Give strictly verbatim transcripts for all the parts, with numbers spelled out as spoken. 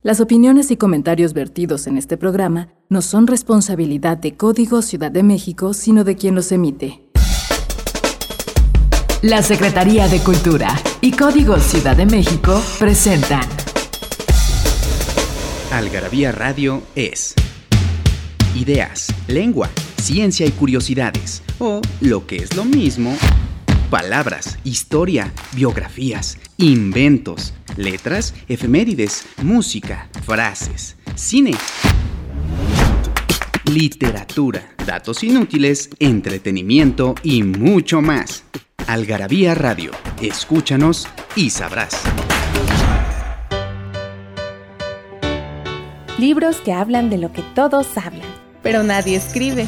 Las opiniones y comentarios vertidos en este programa no son responsabilidad de Código Ciudad de México, sino de quien los emite. La Secretaría de Cultura y Código Ciudad de México presentan Algarabía Radio es ideas, lengua, ciencia y curiosidades, o lo que es lo mismo, palabras, historia, biografías, inventos, letras, efemérides, música, frases, cine, literatura, datos inútiles, entretenimiento y mucho más. Algarabía Radio, escúchanos y sabrás. Libros que hablan de lo que todos hablan, pero nadie escribe.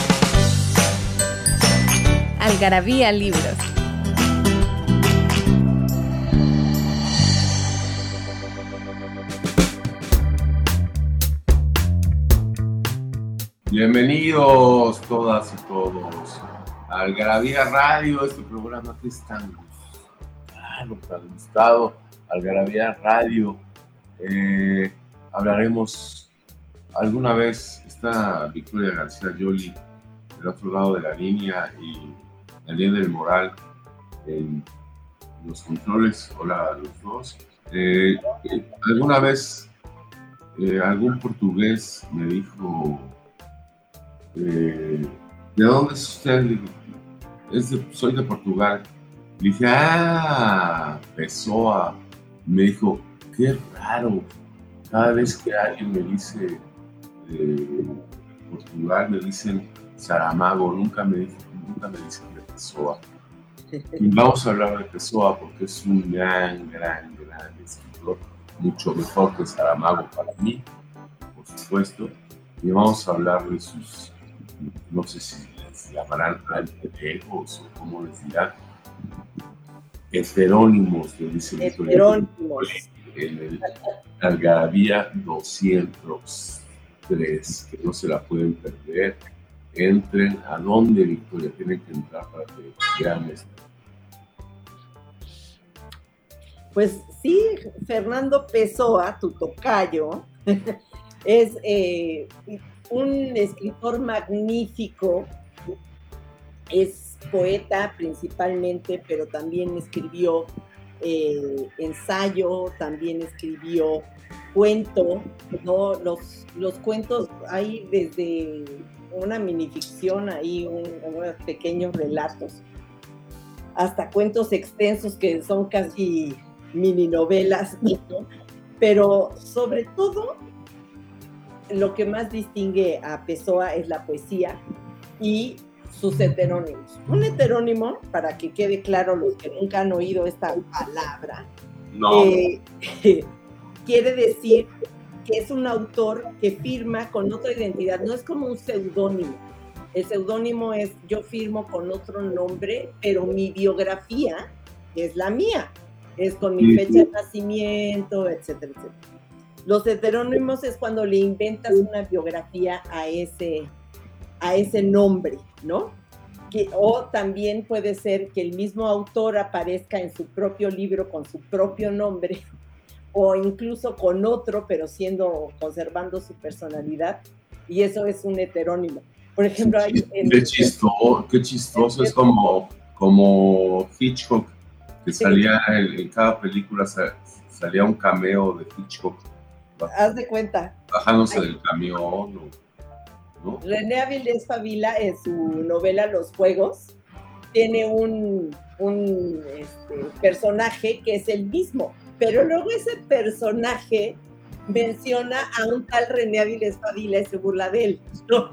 Algarabía Libros. Bienvenidos todas y todos a Algarabía Radio, este programa que es tan gustado, tan gustado, Algarabía Radio. Eh, hablaremos alguna vez, está Victoria García Yoli del otro lado de la línea y Daniel del Moral en los controles. Hola a los dos. Eh, eh, alguna vez eh, algún portugués me dijo: Eh, ¿de dónde es usted? Le digo, es de, soy de Portugal. Le dije, ah, Pessoa. Me dijo, qué raro. Cada vez que alguien me dice eh, Portugal, me dicen Saramago. Nunca me, nunca me dicen de Pessoa. Y vamos a hablar de Pessoa porque es un gran, gran, gran escritor. Mucho mejor que Saramago para mí, por supuesto. Y vamos a hablar de sus, no sé si les llamarán alter egos o cómo les dirán, heterónimos, le dicen heterónimos en el Algarabía doscientos tres, que no se la pueden perder. Entren a donde, Victoria, tienen que entrar para que vean esto. Pues sí, Fernando Pessoa, tu tocayo, es eh, un escritor magnífico, es poeta principalmente, pero también escribió eh, ensayo, también escribió cuento, ¿no? Los, los cuentos hay desde una minificción, ahí un, unos pequeños relatos, hasta cuentos extensos que son casi mini novelas, ¿no? Pero sobre todo lo que más distingue a Pessoa es la poesía y sus heterónimos. Un heterónimo, para que quede claro los que nunca han oído esta palabra, no. eh, quiere decir que es un autor que firma con otra identidad, no es como un seudónimo. El seudónimo es yo firmo con otro nombre, pero mi biografía es la mía, es con mi fecha de nacimiento, etcétera, etcétera. Los heterónimos es cuando le inventas una biografía a ese, a ese nombre, ¿no? Que, o también puede ser que el mismo autor aparezca en su propio libro con su propio nombre, o incluso con otro, pero siendo, conservando su personalidad, y eso es un heterónimo. Por ejemplo, hay en, qué chistoso, qué chistoso, es como, como Hitchcock, que sí. salía en, en cada película salía un cameo de Hitchcock. Haz de cuenta. Bajándose Ay. del camión, ¿no? René Avilés Favila, en su novela Los Juegos, tiene un, un este, personaje que es el mismo, pero luego ese personaje menciona a un tal René Avilés Favila y se burla de él, ¿no?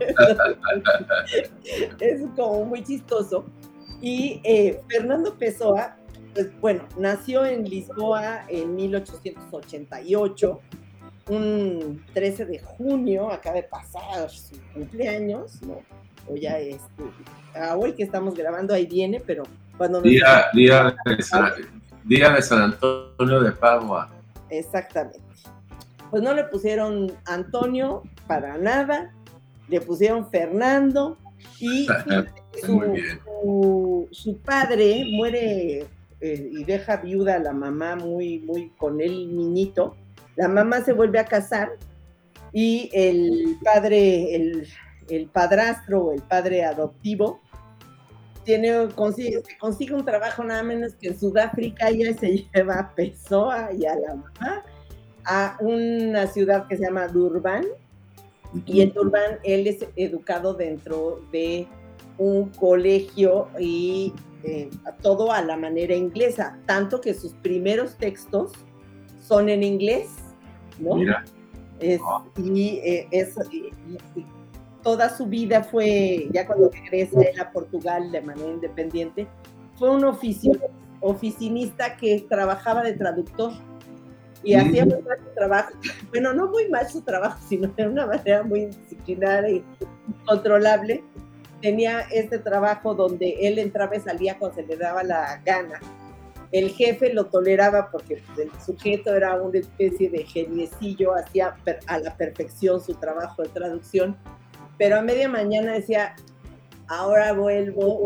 Es como muy chistoso. Y eh, Fernando Pessoa, pues bueno, nació en Lisboa en mil ochocientos ochenta y ocho, un trece de junio, acaba de pasar su cumpleaños, ¿no? O ya este, a hoy que estamos grabando ahí viene, pero cuando... Nos día, día, de San, día de San Antonio de Padua. Exactamente. Pues no le pusieron Antonio para nada, le pusieron Fernando y su, su, su padre muere eh, y deja viuda a la mamá muy, muy con el niñito, La mamá se vuelve a casar y el padre, el, el padrastro o el padre adoptivo, tiene, consigue, consigue un trabajo nada menos que en Sudáfrica. Ella se lleva a Pessoa y a la mamá a una ciudad que se llama Durban, y en Durban él es educado dentro de un colegio y eh, todo a la manera inglesa, tanto que sus primeros textos son en inglés, ¿no? Mira. Es, y, eh, es, y, y toda su vida fue, ya cuando regresa él a Portugal de manera independiente, fue un oficio, oficinista que trabajaba de traductor y mm. hacía muy mal su trabajo, bueno, no muy mal su trabajo, sino de una manera muy disciplinada y controlable. Tenía este trabajo donde él entraba y salía cuando se le daba la gana. El jefe lo toleraba porque el sujeto era una especie de geniecillo, hacía a la perfección su trabajo de traducción, pero a media mañana decía, ahora vuelvo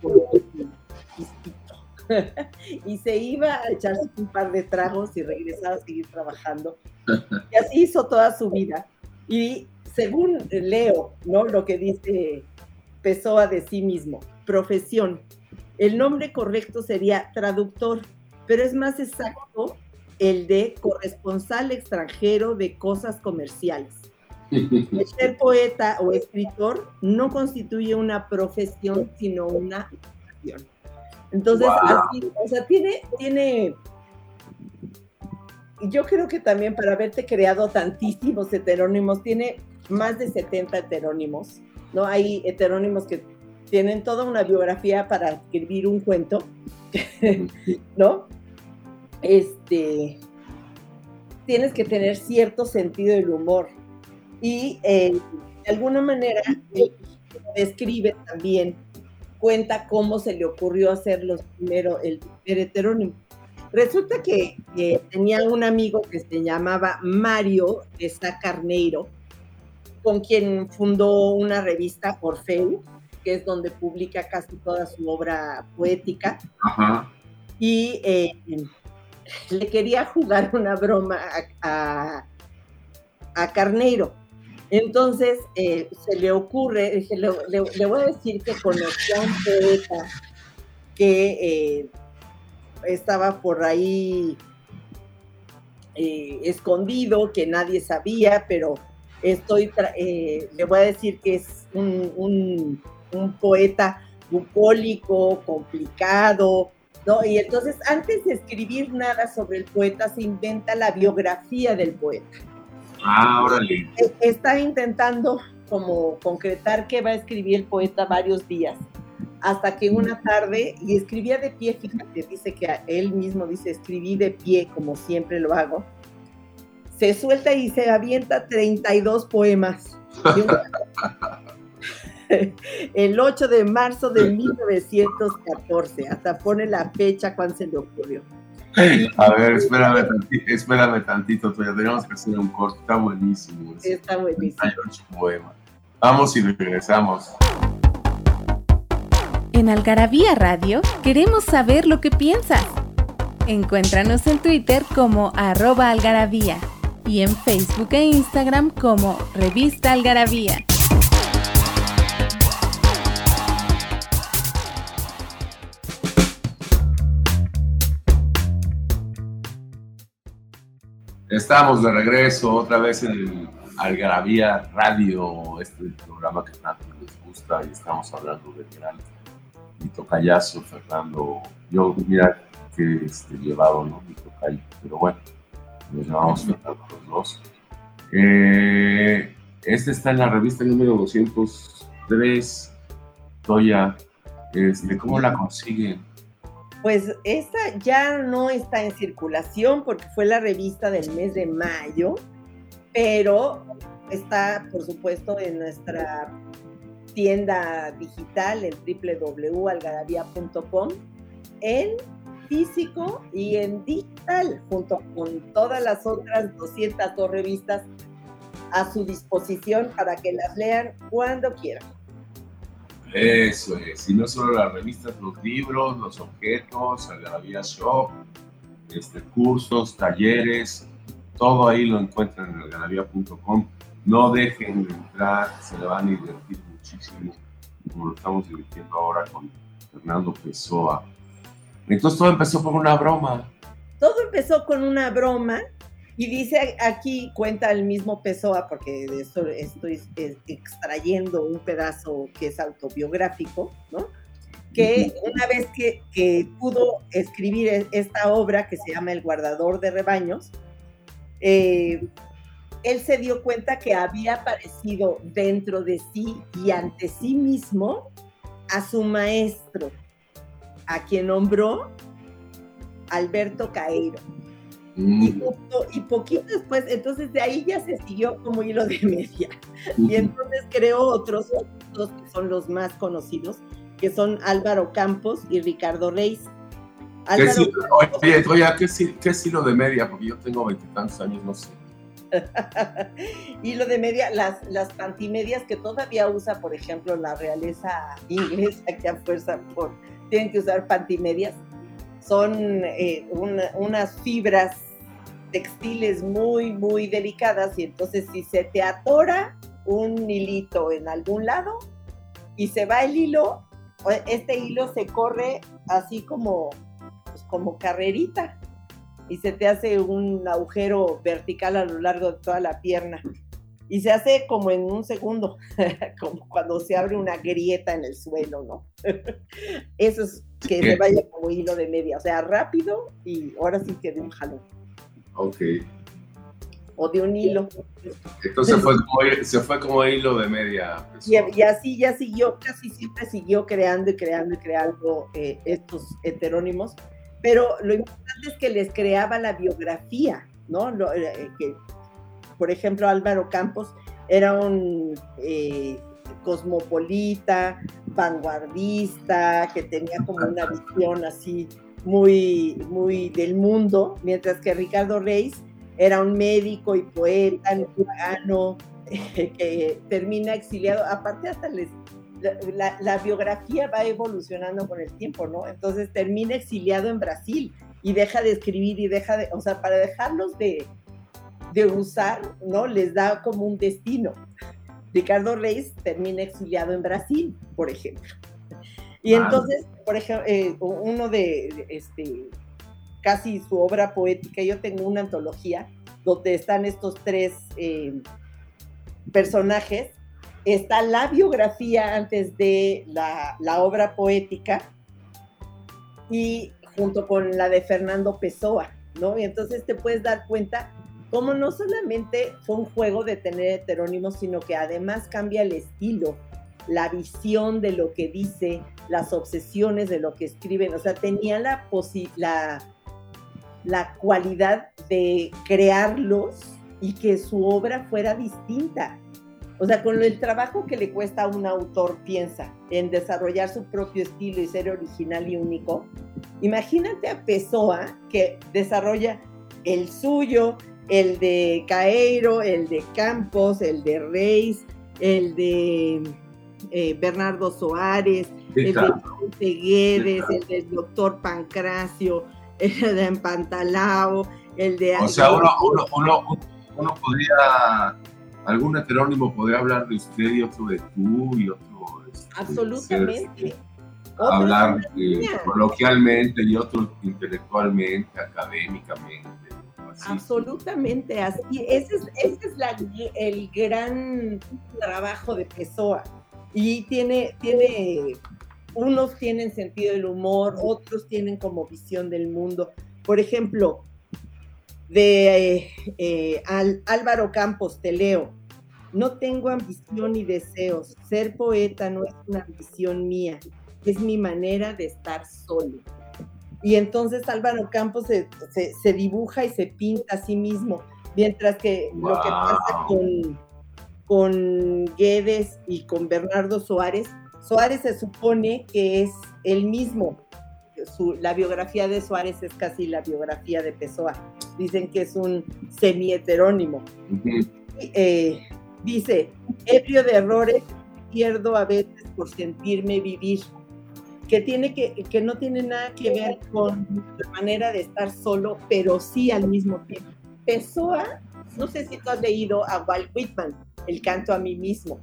y se iba a echarse un par de tragos y regresaba a seguir trabajando. Y así hizo toda su vida. Y según leo, ¿no?, lo que dice Pessoa de sí mismo, profesión. El nombre correcto sería traductor, pero es más exacto el de corresponsal extranjero de cosas comerciales. El ser poeta o escritor no constituye una profesión, sino una profesión. Entonces, wow. así, o sea, tiene, tiene, yo creo que también para haberte creado tantísimos heterónimos, tiene más de setenta heterónimos, ¿no? Hay heterónimos que tienen toda una biografía para escribir un cuento, ¿no? Este, tienes que tener cierto sentido del humor y eh, de alguna manera eh, describe también, cuenta cómo se le ocurrió hacer los primero, el primer heterónimo. Resulta que, que tenía un amigo que se llamaba Mario de Sá Carneiro, con quien fundó una revista, Orfeu, que es donde publica casi toda su obra poética. Ajá. Y eh, le quería jugar una broma a, a, a Carneiro. Entonces eh, se le ocurre, dije, le, le, le voy a decir que conocía a un poeta que eh, estaba por ahí eh, escondido, que nadie sabía, pero estoy eh, le voy a decir que es un, un, un poeta bucólico, complicado, ¿no? Y entonces, antes de escribir nada sobre el poeta, se inventa la biografía del poeta. Ah, órale. Está intentando como concretar qué va a escribir el poeta varios días, hasta que una tarde, y escribía de pie, fíjate, dice que él mismo dice, escribí de pie como siempre lo hago, se suelta y se avienta treinta y dos poemas. El ocho de marzo de mil novecientos catorce, hasta pone la fecha cuando se le ocurrió. A ver, espérame tantito, espérame tantito, todavía tenemos que hacer un corte, está buenísimo. Está buenísimo. treinta y ocho poemas. Vamos y regresamos. En Algarabía Radio queremos saber lo que piensas. Encuéntranos en Twitter como arroba algarabía y en Facebook e Instagram como Revista Algarabía. Estamos de regreso otra vez en el Algarabía Radio, este programa que tanto les gusta, y estamos hablando del gran mi tocayazo Fernando. Yo, mira que este, llevado, ¿no? Mi tocayo, pero bueno, nos llamamos Fernando los dos. Eh, este está en la revista número doscientos tres, Toya. Este, ¿cómo la consiguen? Pues esta ya no está en circulación porque fue la revista del mes de mayo, pero está, por supuesto, en nuestra tienda digital en doble u doble u doble u punto algarabía punto com, en físico y en digital, junto con todas las otras doscientas dos revistas a su disposición para que las lean cuando quieran. Eso es, y no solo las revistas, los libros, los objetos, Algarabía Shop, este, cursos, talleres, todo ahí lo encuentran en algarabía punto com. No dejen de entrar, se le van a divertir muchísimo, como lo estamos divirtiendo ahora con Fernando Pessoa. Entonces todo empezó por una broma. Todo empezó con una broma, y dice aquí, cuenta el mismo Pessoa, porque de eso estoy extrayendo un pedazo que es autobiográfico, ¿no? Que una vez que, que pudo escribir esta obra que se llama El guardador de rebaños, eh, él se dio cuenta que había aparecido dentro de sí y ante sí mismo a su maestro, a quien nombró Alberto Caeiro. Mm. Y, y poquito después, entonces de ahí ya se siguió como hilo de media. Mm. Y entonces creó otros, otros que son los más conocidos, que son Álvaro Campos y Ricardo Reis. Álvaro ¿Qué, Campos, oye, oye, ¿qué, ¿qué es hilo de media? Porque yo tengo veintitantos años, no sé. Hilo de media, las, las pantimedias que todavía usa, por ejemplo, la realeza inglesa, que a fuerza por, tienen que usar pantimedias, son eh, una, unas fibras textiles muy, muy delicadas, y entonces si se te atora un hilito en algún lado y se va el hilo, este hilo se corre así como, pues como carrerita, y se te hace un agujero vertical a lo largo de toda la pierna, y se hace como en un segundo, como cuando se abre una grieta en el suelo, ¿no? Eso es que se vaya como hilo de media, o sea, rápido, y ahora sí que de un jalón. Ok. O de un hilo. Entonces fue como, se fue como hilo de media. Y, y así ya siguió, casi siempre siguió creando y creando y creando eh, estos heterónimos, pero lo importante es que les creaba la biografía, ¿no? Lo, eh, que, por ejemplo, Álvaro Campos era un eh, cosmopolita, vanguardista, que tenía como una visión así muy, muy del mundo, mientras que Ricardo Reis era un médico y poeta neurano eh, que termina exiliado. Aparte, hasta les, la, la biografía va evolucionando con el tiempo, ¿no? Entonces termina exiliado en Brasil y deja de escribir y deja de, o sea, para dejarlos de, de usar, ¿no? Les da como un destino. Ricardo Reis termina exiliado en Brasil, por ejemplo. Y wow. Entonces, por ejemplo, eh, uno de, este, casi su obra poética, yo tengo una antología donde están estos tres eh, personajes, está la biografía antes de la, la obra poética, y junto con la de Fernando Pessoa, ¿no? Y entonces te puedes dar cuenta cómo no solamente fue un juego de tener heterónimos, sino que además cambia el estilo, la visión de lo que dice, las obsesiones de lo que escriben. O sea, tenía la, posi- la, la cualidad de crearlos y que su obra fuera distinta. O sea, con el trabajo que le cuesta a un autor, piensa, en desarrollar su propio estilo y ser original y único. Imagínate a Pessoa, que desarrolla el suyo, el de Caeiro, el de Campos, el de Reis, el de eh, Bernardo Soares, sí, el claro. de Guedes, sí, claro. el del doctor Pancracio, el de Empantalao, el de... O sea, uno, uno, uno, uno podría... Algún heterónimo podría hablar de usted y otro de tú y otro... Este, absolutamente. Ser, hablar eh, coloquialmente y otro intelectualmente, académicamente. Así. Absolutamente, así. Ese es, ese es la, el gran trabajo de Pessoa. Y tiene, tiene, unos tienen sentido del humor, otros tienen como visión del mundo. Por ejemplo, de eh, eh, Al, Álvaro Campos, te leo: no tengo ambición ni deseos, ser poeta no es una ambición mía, es mi manera de estar solo. Y entonces Álvaro Campos se, se, se dibuja y se pinta a sí mismo, mientras que wow. lo que pasa con, con Guedes y con Bernardo Soares, Soares se supone que es el mismo. Su, la biografía de Soares es casi la biografía de Pessoa. Dicen que es un semi-heterónimo. Uh-huh. Y, eh, dice, ebrio de errores, pierdo a veces por sentirme vivir. Que, tiene que, que no tiene nada que ver con la manera de estar solo, pero sí al mismo tiempo. Pessoa, no sé si tú has leído a Walt Whitman, El canto a mí mismo.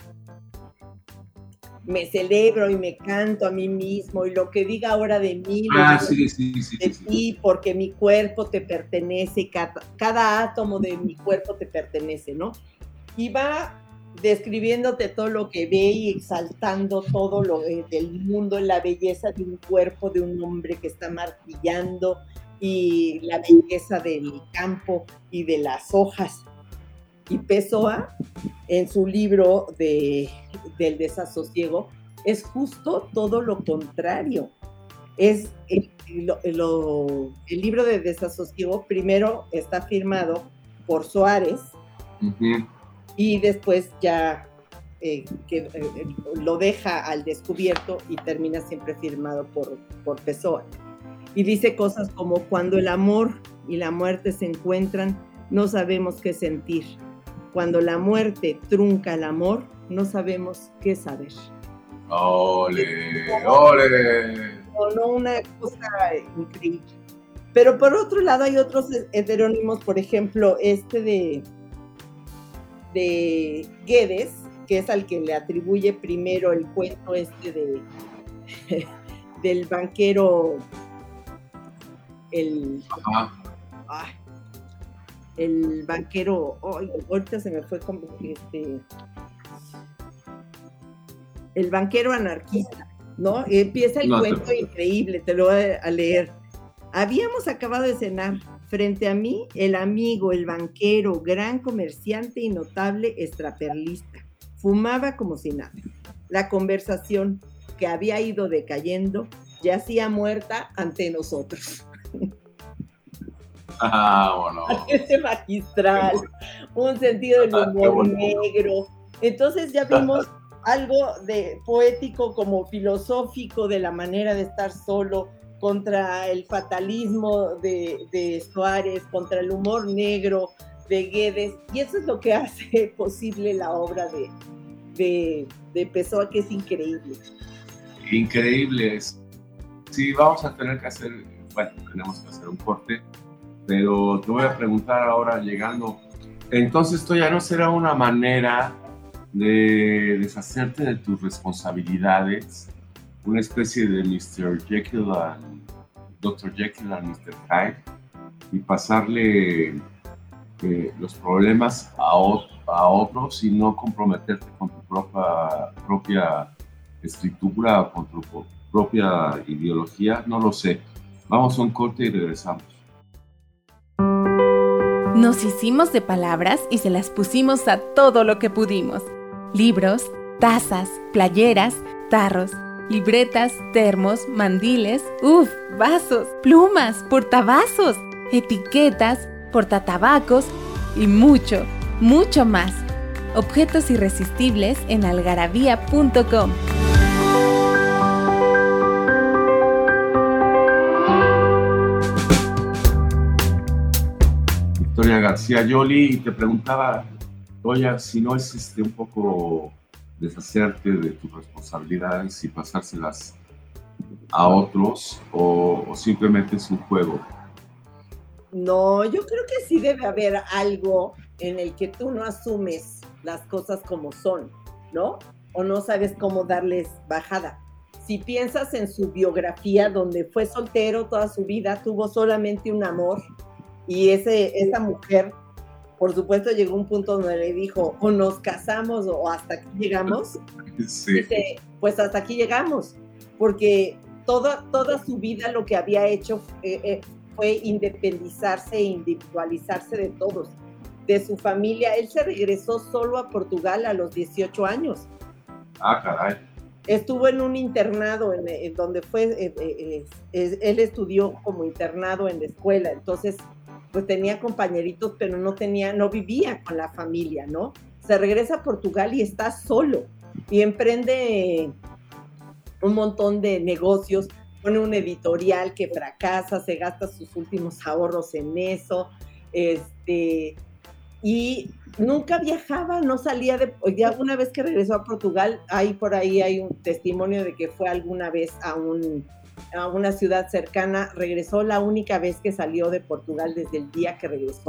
Me celebro y me canto a mí mismo, y lo que diga ahora de mí, ah, lo sí, sí, sí, de sí, ti, sí. porque mi cuerpo te pertenece, cada, cada átomo de mi cuerpo te pertenece, ¿no? Y va describiéndote todo lo que ve y exaltando todo lo de, del mundo, la belleza de un cuerpo, de un hombre que está martillando, y la belleza del campo y de las hojas. Y Pessoa, en su libro de, del desasosiego, es justo todo lo contrario. Es el, lo, lo, el libro de desasosiego primero está firmado por Suárez, uh-huh. y después ya eh, que, eh, lo deja al descubierto y termina siempre firmado por, por Pessoa. Y dice cosas como: cuando el amor y la muerte se encuentran, no sabemos qué sentir. Cuando la muerte trunca el amor, no sabemos qué saber. ¡Ole! ¡Ole! No, no, una cosa increíble. Pero por otro lado hay otros heterónimos, por ejemplo, este de, de Guedes, que es al que le atribuye primero el cuento este de del banquero, el... Ajá. Ay, el banquero, oh, ahorita se me fue como este, el banquero anarquista, ¿no? Y empieza el no, cuento te... increíble, te lo voy a leer. Habíamos acabado de cenar. Frente a mí, el amigo, el banquero, gran comerciante y notable extraperlista. Fumaba como si nada. La conversación, que había ido decayendo, yacía muerta ante nosotros. Ah, bueno. Ese magistral, un sentido del humor negro. Entonces ya vimos algo de poético como filosófico de la manera de estar solo, contra el fatalismo de, de Suárez, contra el humor negro de Guedes, y eso es lo que hace posible la obra de, de, de Pessoa, que es increíble. Increíble. Sí, vamos a tener que hacer, bueno, tenemos que hacer un corte, pero te voy a preguntar ahora, llegando, entonces esto ya no será una manera de deshacerte de tus responsabilidades, una especie de mister Jekyll and doctor Jekyll and mister Hyde, y pasarle eh, los problemas a, o, a otros y no comprometerte con tu propia, propia escritura o con tu propia ideología, no lo sé. Vamos a un corte y regresamos. Nos hicimos de palabras y se las pusimos a todo lo que pudimos. Libros, tazas, playeras, tarros, libretas, termos, mandiles, uff, vasos, plumas, portavasos, etiquetas, portatabacos y mucho, mucho más. Objetos irresistibles en algarabía punto com. Victoria García Yoli, y te preguntaba, oye, si no es este un poco deshacerte de tus responsabilidades y pasárselas a otros, o, o simplemente es un juego? No, yo creo que sí debe haber algo en el que tú no asumes las cosas como son, ¿no? O no sabes cómo darles bajada. Si piensas en su biografía, donde fue soltero toda su vida, tuvo solamente un amor, y ese, esa mujer, por supuesto, llegó a un punto donde le dijo, o nos casamos o hasta aquí llegamos. Sí. Dice, pues hasta aquí llegamos, porque toda, toda su vida lo que había hecho eh, eh, fue independizarse e individualizarse de todos, de su familia. Él se regresó solo a Portugal a los dieciocho años. Ah, caray. Estuvo en un internado en, en donde fue, eh, eh, eh, él estudió como internado en la escuela, entonces pues tenía compañeritos, pero no tenía, no vivía con la familia, ¿no? Se regresa a Portugal y está solo, y emprende un montón de negocios, pone un editorial que fracasa, se gasta sus últimos ahorros en eso, este, y nunca viajaba, no salía de, ya una vez que regresó a Portugal, ahí por ahí hay un testimonio de que fue alguna vez a un a una ciudad cercana, regresó la única vez que salió de Portugal desde el día que regresó.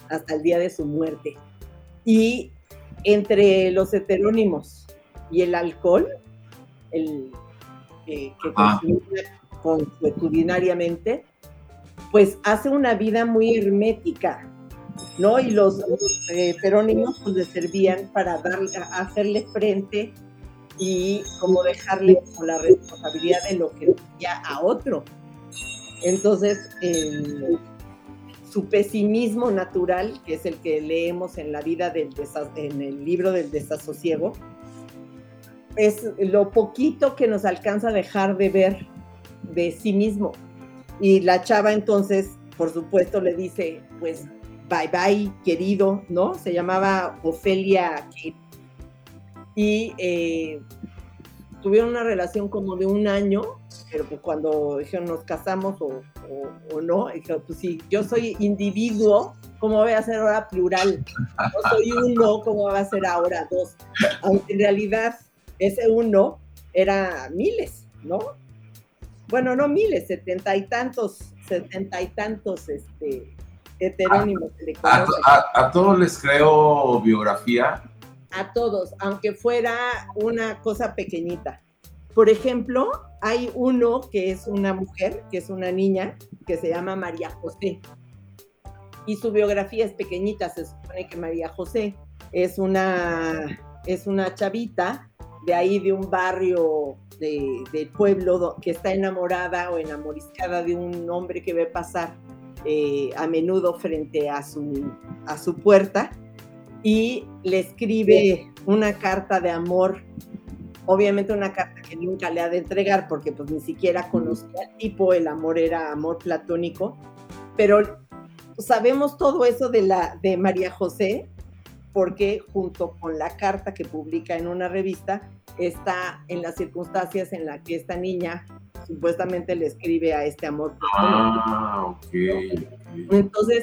hasta el día de su muerte. Y entre los heterónimos y el alcohol, el eh, que consumía consuetudinariamente, pues hace una vida muy hermética, ¿no? Y los, los eh, heterónimos pues le servían para darle, hacerle frente y como dejarle como la responsabilidad de lo que decía a otro. Entonces, eh, su pesimismo natural, que es el que leemos en la vida del desa- en el libro del desasosiego, es lo poquito que nos alcanza a dejar de ver de sí mismo. Y la chava entonces, por supuesto, le dice, pues, bye bye, querido, ¿no? Se llamaba Ofelia Kate. Y eh, tuvieron una relación como de un año, pero pues cuando dijeron nos casamos o, o, o no, dijeron, pues sí, yo soy individuo, ¿cómo voy a ser ahora plural? No soy uno, ¿cómo va a ser ahora dos? Aunque en realidad ese uno era miles, ¿no? Bueno, no miles, setenta y tantos, setenta y tantos este, heterónimos. A, a, a todos les creo biografía. A todos, aunque fuera una cosa pequeñita. Por ejemplo, hay uno que es una mujer, que es una niña, que se llama María José. Y su biografía es pequeñita, se supone que María José es una, es una chavita de ahí de un barrio de, del pueblo que está enamorada o enamoriscada de un hombre que ve pasar eh, a menudo frente a su, a su puerta y le escribe una carta de amor, obviamente una carta que nunca le ha de entregar porque pues ni siquiera conocía al tipo, el amor era amor platónico, pero sabemos todo eso de, la, de María José porque junto con la carta que publica en una revista está en las circunstancias en las que esta niña supuestamente le escribe a este amor platónico. Ah, ok. okay. Entonces,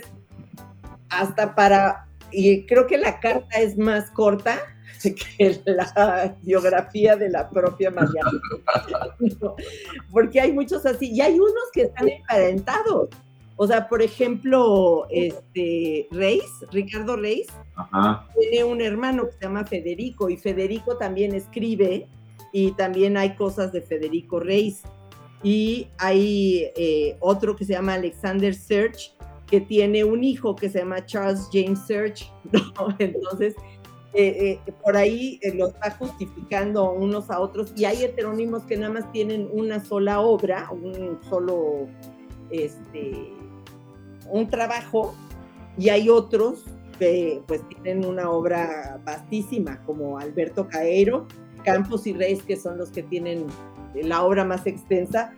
hasta para, y creo que la carta es más corta que la biografía de la propia María José, porque hay muchos así, y hay unos que están emparentados. O sea, por ejemplo, este Reis, Ricardo Reis, Ajá. tiene un hermano que se llama Federico, y Federico también escribe, y también hay cosas de Federico Reis. Y hay eh, otro que se llama Alexander Search, que tiene un hijo que se llama Charles James Search, ¿no? Entonces, eh, eh, por ahí eh, lo está justificando unos a otros, y hay heterónimos que nada más tienen una sola obra, un solo... este un trabajo, y hay otros que pues tienen una obra vastísima, como Alberto Caeiro, Campos y Reis, que son los que tienen la obra más extensa,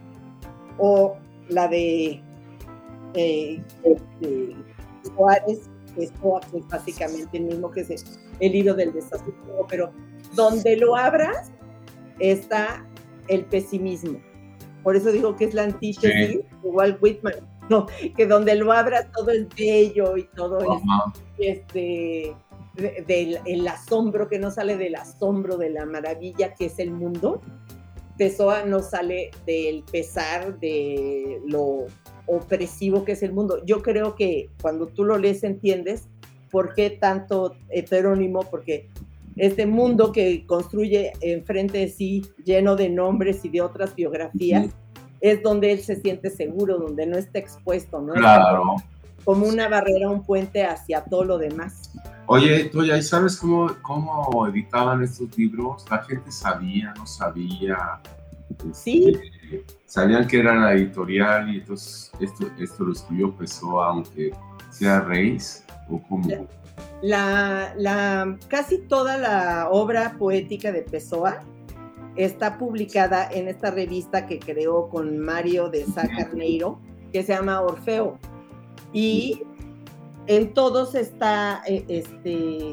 o la de, eh, de Juárez, que es, que es básicamente el mismo que es el hilo del desasosiego, pero donde lo abras está el pesimismo. Por eso digo que es la antítesis sí. de Walt Whitman. No, que donde lo abra todo es bello y todo uh-huh. es este, de, de, el asombro, que no sale del asombro, de la maravilla que es el mundo. Pessoa no sale del pesar, de lo opresivo que es el mundo. Yo creo que cuando tú lo lees entiendes por qué tanto heterónimo, porque este mundo que construye enfrente de sí, lleno de nombres y de otras biografías, uh-huh. es donde él se siente seguro, donde no está expuesto, ¿no? Claro. Es como una barrera, un puente hacia todo lo demás. Oye, Toya, ¿y sabes cómo, cómo editaban estos libros? La gente sabía, no sabía. Sí. Este, sabían que era la editorial y entonces esto, esto lo escribió Pessoa, aunque sea Reis, o como... La, la, casi toda la obra poética de Pessoa está publicada en esta revista que creó con Mario de Sá Carneiro, que se llama Orfeo. Y en todos está, este,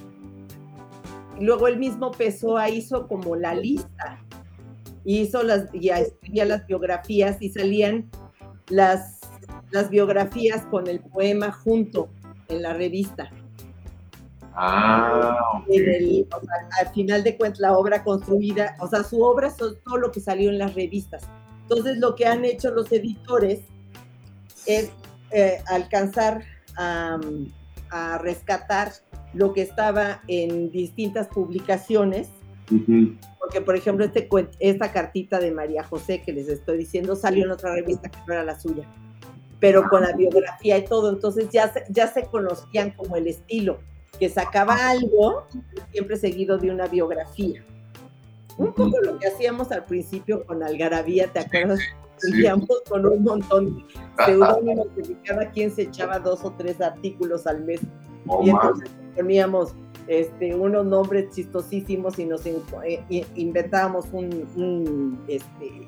luego el mismo Pessoa hizo como la lista, hizo las, ya escribía las biografías y salían las, las biografías con el poema junto en la revista. Ah, okay. el, o sea, al final de cuentas la obra construida, o sea, su obra es todo lo que salió en las revistas. Entonces lo que han hecho los editores es eh, alcanzar a, a rescatar lo que estaba en distintas publicaciones, uh-huh. porque por ejemplo este, esta cartita de María José que les estoy diciendo salió en otra revista que no era la suya, pero con la biografía y todo, entonces ya se, ya se conocían como el estilo, que sacaba algo siempre seguido de una biografía. Un poco uh-huh. lo que hacíamos al principio con Algarabía, ¿te acuerdas? Seguíamos sí. con un montón de seudónimos que cada quien se echaba dos o tres artículos al mes. Oh, y entonces man. poníamos este, unos nombres chistosísimos y nos in, eh, inventábamos un, un, este,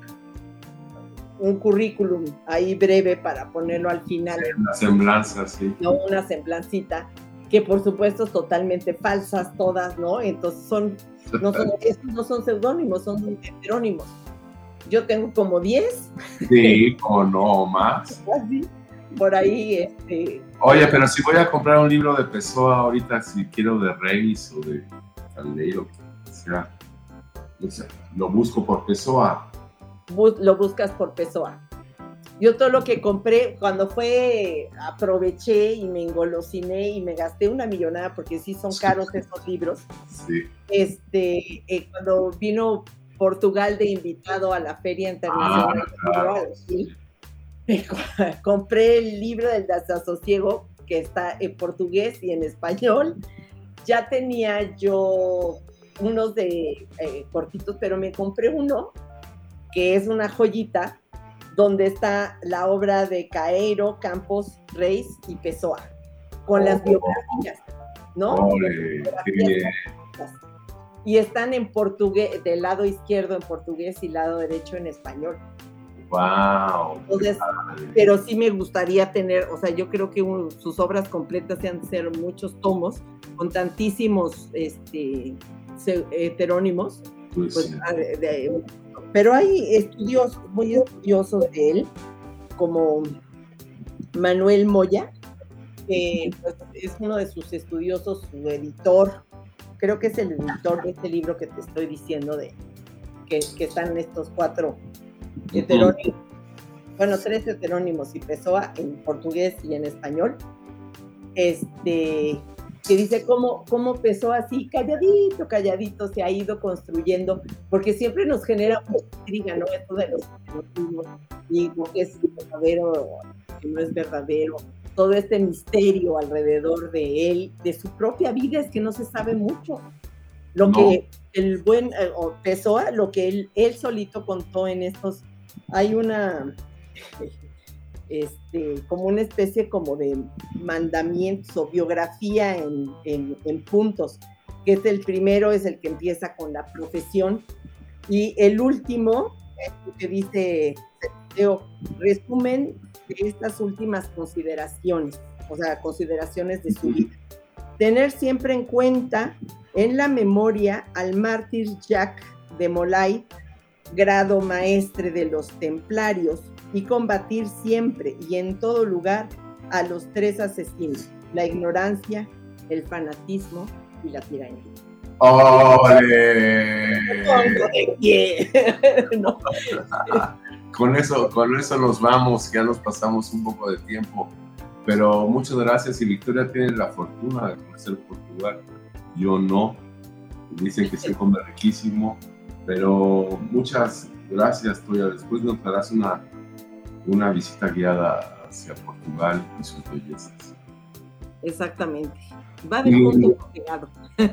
un currículum ahí breve para ponerlo al final. Una semblanza, sí. No, una semblancita, que por supuesto totalmente falsas todas, ¿no? Entonces son, no son, esos no son seudónimos, son heterónimos. Yo tengo como diez. Sí, o no más. Así, por ahí, este... Oye, pero si voy a comprar un libro de Pessoa ahorita, si quiero de Reis o de Caldeiro, o sea, o sea, lo busco por Pessoa. Bus, lo buscas por Pessoa. Yo todo lo que compré, cuando fue, aproveché y me engolosiné y me gasté una millonada, porque sí son caros sí. esos libros. Sí. Este, eh, cuando vino Portugal de invitado a la Feria Internacional, ah, claro. sí. compré el libro del Desasosiego, que está en portugués y en español. Ya tenía yo unos de eh, cortitos, pero me compré uno que es una joyita, donde está la obra de Caeiro, Campos, Reis y Pessoa, con oh, las biografías, ¿no? Oh, biografías y están en portugués, del lado izquierdo en portugués y lado derecho en español. Wow. Entonces, pero sí me gustaría tener, o sea, yo creo que un, sus obras completas se han de ser muchos tomos, con tantísimos este, heterónimos, pues, pues sí. de, de, pero hay estudios muy estudiosos de él, como Manuel Moya, que pues, es uno de sus estudiosos, su editor, creo que es el editor de este libro que te estoy diciendo, de que, que están estos cuatro heterónimos, uh-huh. bueno, tres heterónimos y Pessoa en portugués y en español, este... que dice cómo, cómo Pessoa así, calladito, calladito, se ha ido construyendo, porque siempre nos genera una intriga, ¿no? Esto de los heterónimos, y lo que es verdadero, que no es verdadero, todo este misterio alrededor de él, de su propia vida, es que no se sabe mucho. Lo no. que el buen eh, o Pessoa, lo que él, él solito contó en estos, hay una... Este, como una especie como de mandamientos o biografía en, en, en puntos, que es el primero, es el que empieza con la profesión, y el último, que dice, Leo, resumen de estas últimas consideraciones, o sea, consideraciones de su vida. Tener siempre en cuenta, en la memoria, al mártir Jacques de Molay, grado maestre de los templarios, y combatir siempre y en todo lugar a los tres asesinos, la ignorancia, el fanatismo y la tiranía. ¡Ole! no. con, eso, con eso nos vamos, ya nos pasamos un poco de tiempo, pero muchas gracias. Y Victoria tiene la fortuna de conocer Portugal, yo no. Dicen que se come riquísimo, pero muchas gracias, Toya. Después nos darás una una visita guiada hacia Portugal y sus bellezas. Exactamente. Va de punto pegado.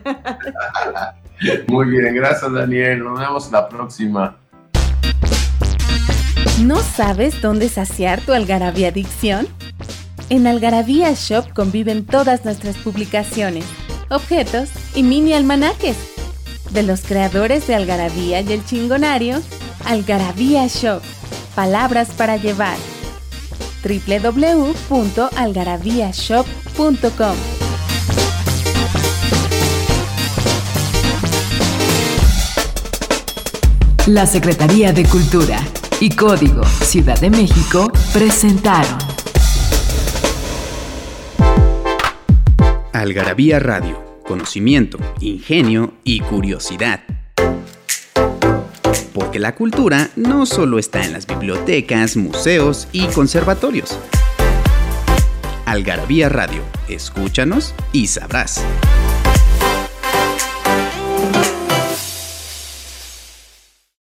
Muy bien, gracias Daniel. Nos vemos la próxima. ¿No sabes dónde saciar tu algarabía adicción? En Algarabía Shop conviven todas nuestras publicaciones, objetos y mini almanaques. De los creadores de Algarabía y El Chingonario, Algarabía Shop. Palabras para llevar. doble u doble u doble u punto algarabía shop punto com. La Secretaría de Cultura y Código Ciudad de México presentaron Algarabía Radio, conocimiento, ingenio y curiosidad. Porque la cultura no solo está en las bibliotecas, museos y conservatorios. Algarabía Radio. Escúchanos y sabrás.